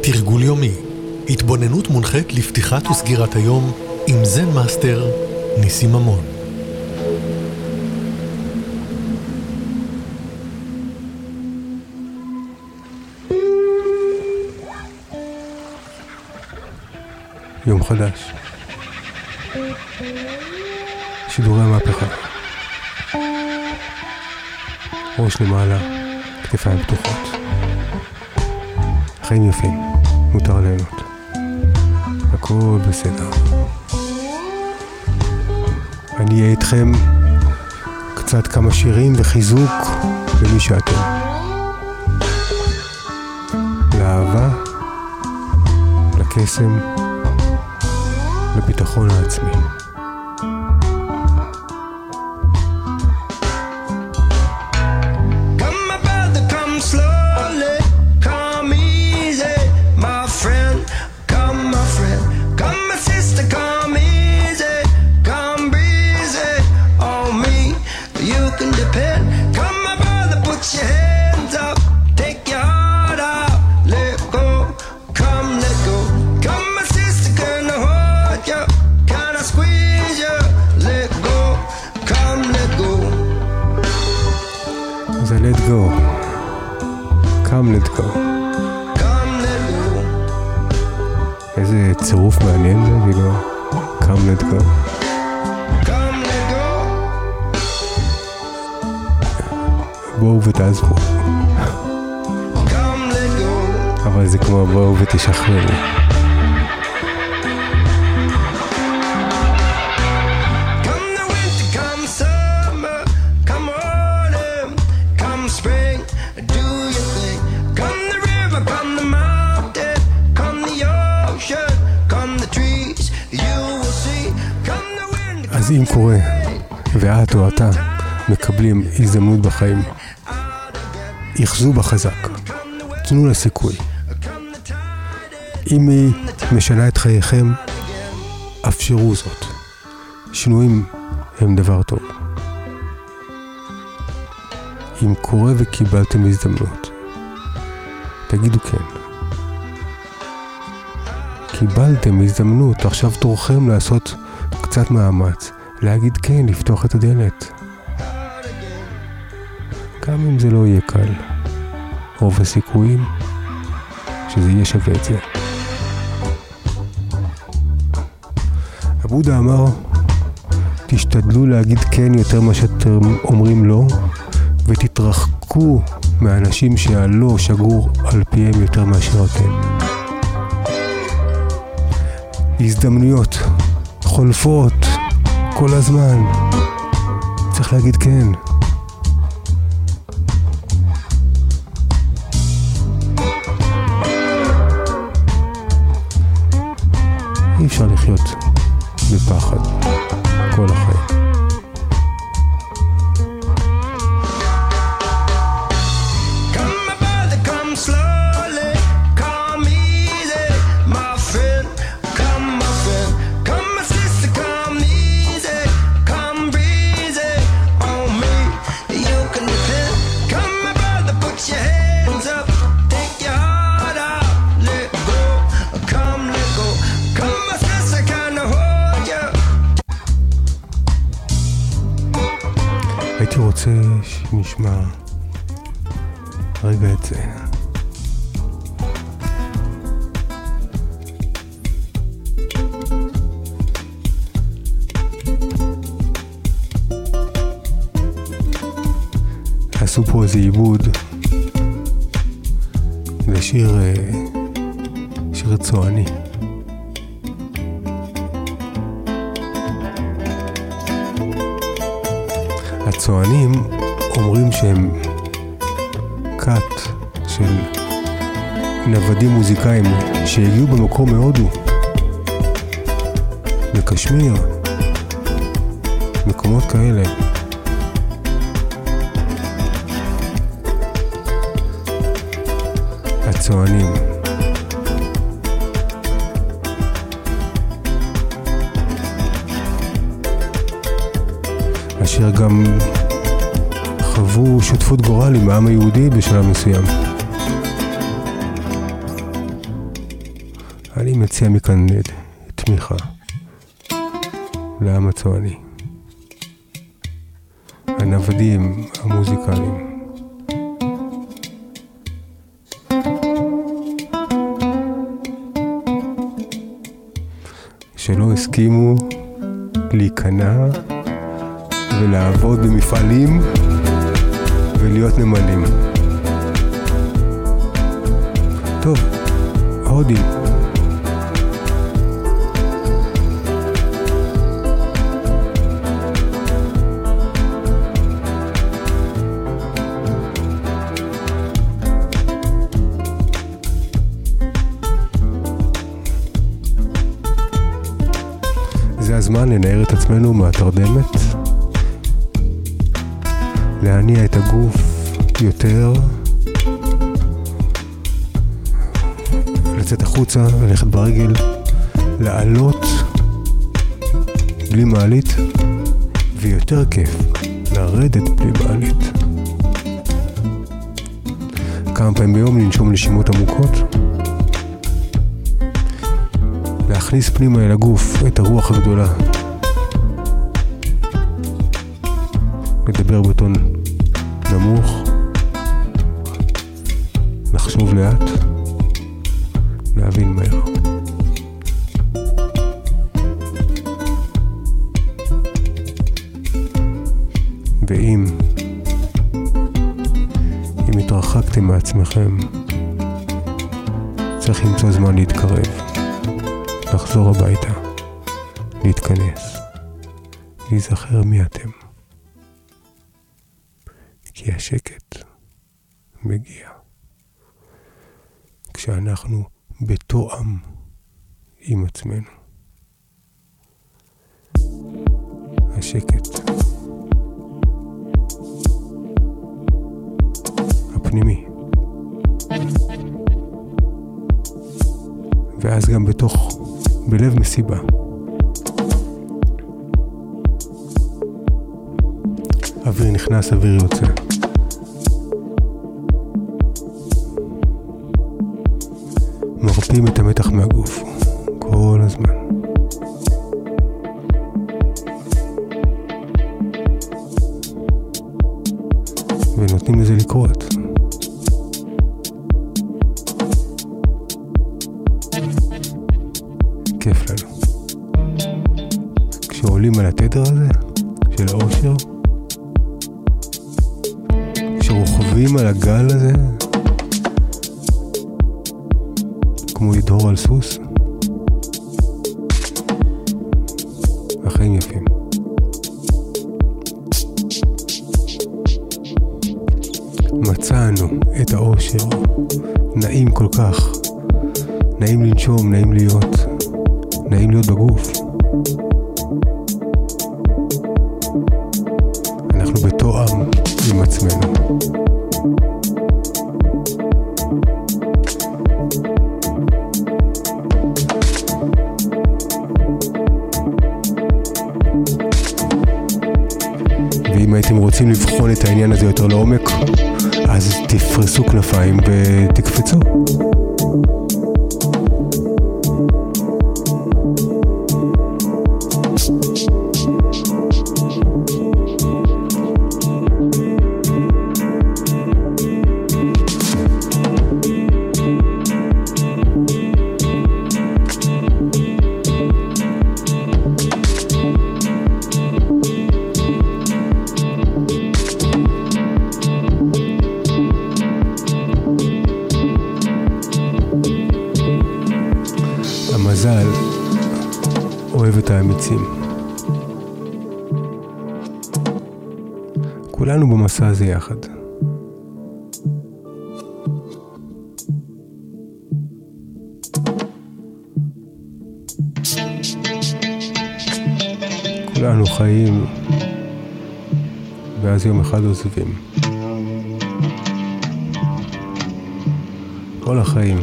תרגול יומי, התבוננות מונחית לפתיחת וסגירת היום עם זן מאסטר ניסים ממון. יום חדש, שידורי המהפכה, ראש למעלה, כתפיים פתוחות, חיים יפים, מותר ליהנות, הכל בסדר. אני אהיה איתכם קצת כמה שירים וחיזוק למי שאתם, לאהבה, לקסם, לביטחון העצמי. Let go. Come let go. איזה צירוף מעניין זה, כאילו. Come let go. בואו ותעזבו. אבל זה כמו בואו ותשחררו. אז אם קורה, ואת או אתה מקבלים הזדמנות בחיים, יחזו בחזק, תנו לה סיכוי. אם היא משנה את חייכם, אפשרו זאת. שינויים הם דבר טוב. אם קורה וקיבלתם הזדמנות, תגידו כן. קיבלתם הזדמנות, עכשיו תורכם לעשות קצת מאמץ, להגיד כן, לפתוח את הדלת. גם אם זה לא יהיה קל, רוב הסיכויים שזה יהיה שווה את זה. הבודה אמר, תשתדלו להגיד כן יותר מה שאתם אומרים לא, ותתרחקו מהאנשים שהלא שגור על פיהם יותר מאשר אתם. הזדמנויות חולפות כל הזמן, צריך להגיד כן. אי אפשר לחיות בפחד כל החיים. הייתי רוצה שנשמע רגע את זה. עשו פה איזה עיבוד לשיר צועני. הצוענים אומרים שהם קאט של נוודים מוזיקאים שהגיעו במקום מהודו, בקשמיר, מקומות כאלה. הצוענים אשר גם חוו שותפות גורל עם העם היהודי בשלב מסוים. אני מציע מכאן תמיכה לעם הצועני, הנוודים המוזיקליים. שלא הסכימו להיכנע ולעבוד במפעלים ולהיות נמלים. טוב, הודים. זה הזמן לנער את עצמנו מהתרדמת, להניע את הגוף יותר, לצאת החוצה, ללכת ברגל, לעלות בלי מעלית, ויותר כיף, לרדת בלי מעלית. כמה פעמים ביום לנשום נשימות עמוקות, להכניס פנימה אל הגוף את הרוח הגדולה, לדבר בטון נמוך, לחשוב לאט, להבין מהר. ואם התרחקתם מעצמכם, צריך למצוא זמן להתקרב, לחזור הביתה, להתכנס, להיזכר מי אתם. כי השקט מגיע כשאנחנו בתואם עם עצמנו. השקט הפנימי, ואז גם בלב מסיבה, אוויר נכנס, אוויר יוצא. מרפים את המתח מהגוף כל הזמן. ונותנים לזה לקרות. כיף לנו. כשעולים על התדר הזה של האושר, כשרוכבים על הגל הזה כמו לדהור על סוס, החיים יפים. מצאנו את האושר, נעים כל כך, נעים לנשום, נעים להיות בגוף. אנחנו בתואם עם עצמנו. ואם הייתם רוצים לבחון את העניין הזה יותר לעומק, אז תפרסו כנפיים ותקפצו. המזל אוהב את האמיצים. כולנו במסע הזה יחד. כולנו חיים ואז יום אחד עוזבים. כל החיים.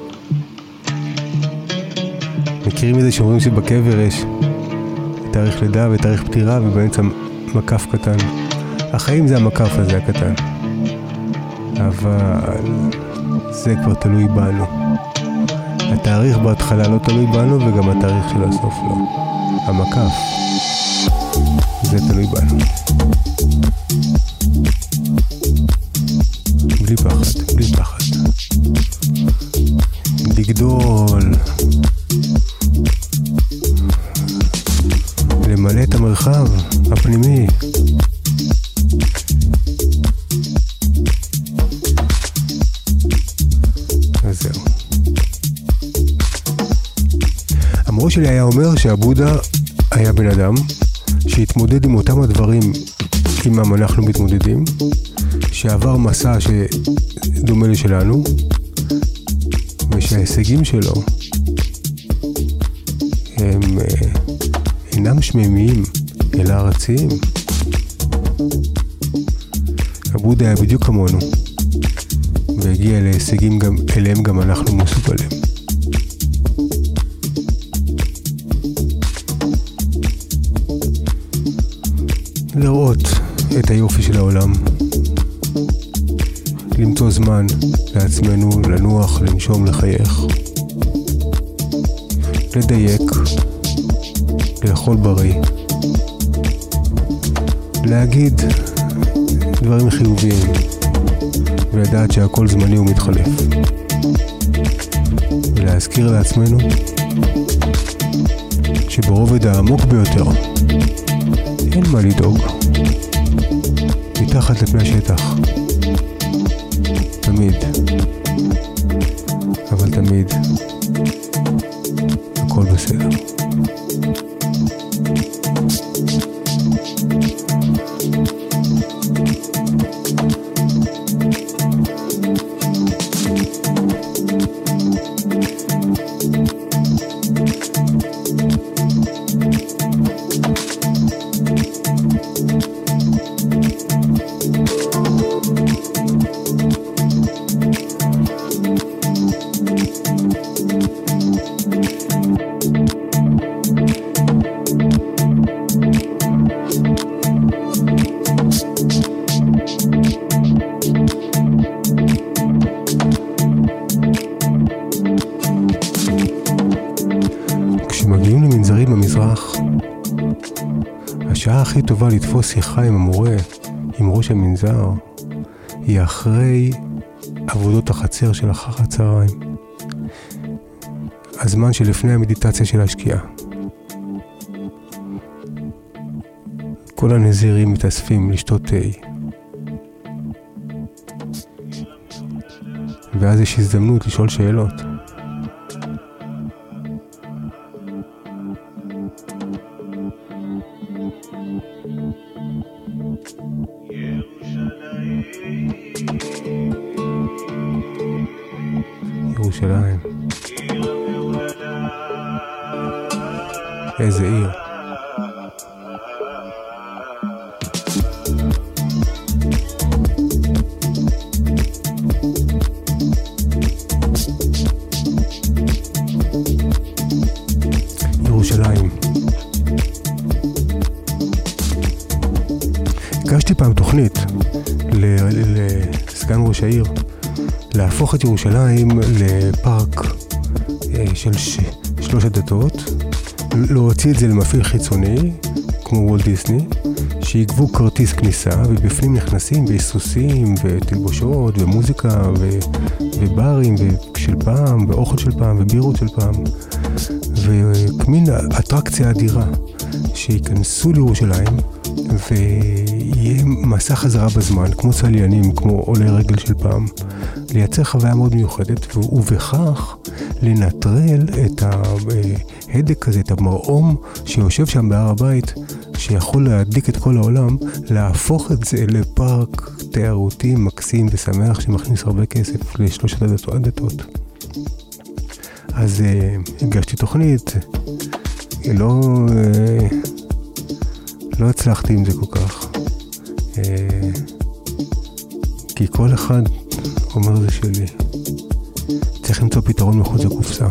מכירים את זה שאומרים שבקבר יש תאריך לידה ותאריך פטירה ובאמצע מקף קטן. החיים זה המקף הזה הקטן. אבל זה כבר תלוי בנו. התאריך בהתחלה לא תלוי בנו וגם התאריך של הסוף לא. המקף, זה תלוי בנו. בלי פחד, בלי פחד. לגדול. למלא את המרחב הפנימי. אז זהו. המורה שלי היה אומר שהבודה היה בן אדם שהתמודד עם אותם הדברים עימם אנחנו מתמודדים, שעבר מסע שדומה לשלנו, ושההישגים שלו הם אינם שממיים אלא ארציים. הבודה היה בדיוק כמונו, והגיע להישגים גם אליהם גם אנחנו מסוגלים. לראות את היופי של העולם, למצוא זמן לעצמנו, לנוח, לנשום, לחייך, לדייק, לאכול בריא, להגיד דברים חיוביים ולדעת שהכל זמני ומתחלף, ולהזכיר לעצמנו שברובד העמוק ביותר אין מה לדאוג, מתחת לפני השטח תמיד, אבל תמיד הכל בסדר. השעה הכי טובה לתפוס שיחה עם המורה, עם ראש המנזר, היא אחרי עבודות החצר של אחר הצהריים. הזמן שלפני המדיטציה של השקיעה. כל הנזירים מתאספים לשתות תה. ואז יש הזדמנות לשאול שאלות. ירושלים. איזה עיר. ירושלים. הגשתי פעם תוכנית לסגן ראש העיר להפוך את ירושלים לפארק של 3 דתות, להוציא את זה למפעיל חיצוני כמו וולט דיסני, שיגבו כרטיס כניסה ובפנים נכנסים ויסוסים ותלבושות ומוזיקה וברים של פעם ואוכל של פעם ובירות של פעם, וכמין אטרקציה אדירה שיכנסו לירושלים ויהיה מסע חזרה בזמן, כמו צליינים, כמו עולי רגל של פעם, לייצר חוויה מאוד מיוחדת, ובכך לנטרל את ההדק הזה, את המרעום שיושב שם בהר הבית, שיכול להדליק את כל העולם, להפוך את זה לפארק תיירותי מקסים ושמח שמכניס הרבה כסף ל3 הדתות. אז הגשתי תוכנית, לא הצלחתי עם זה כל כך, כי כל אחד אומר זה שלי. צריך למצוא פתרון מחוץ לקופסה.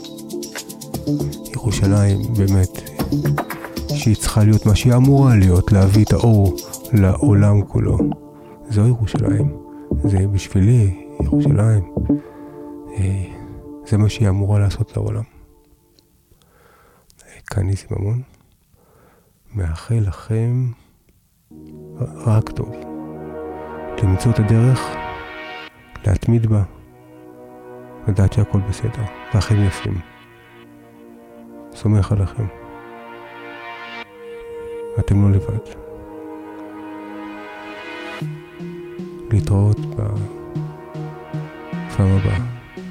ירושלים באמת שהיא צריכה להיות מה שהיא אמורה להיות, להביא את האור לעולם כולו. זו ירושלים, זה בשבילי ירושלים, זה מה שהיא אמורה לעשות לעולם. כאן ניסים ממון, מאחל לכם רק טוב. למצוא את הדרך, להתמיד בה, לדעת שהכל בסדר, והחיים יפים. סומך עליכם. אתם לא לבד. להתראות בפעם הבאה.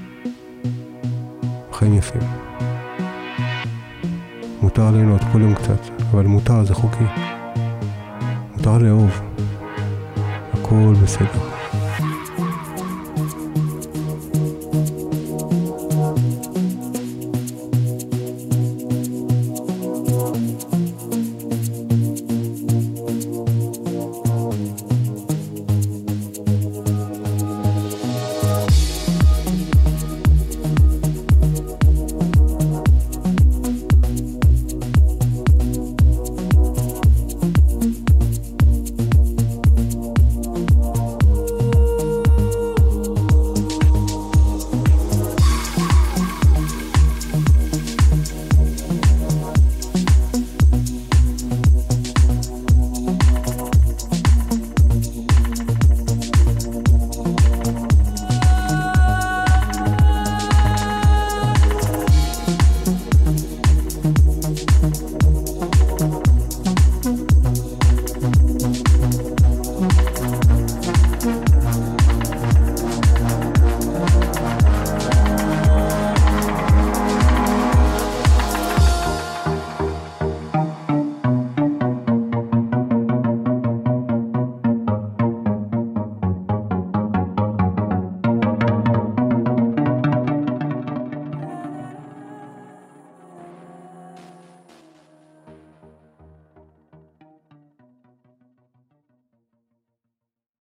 חיים יפים. מותר ליהנות כל יום קצת, אבל מותר, זה חוקי. מותר לאהוב. הכל בסדר.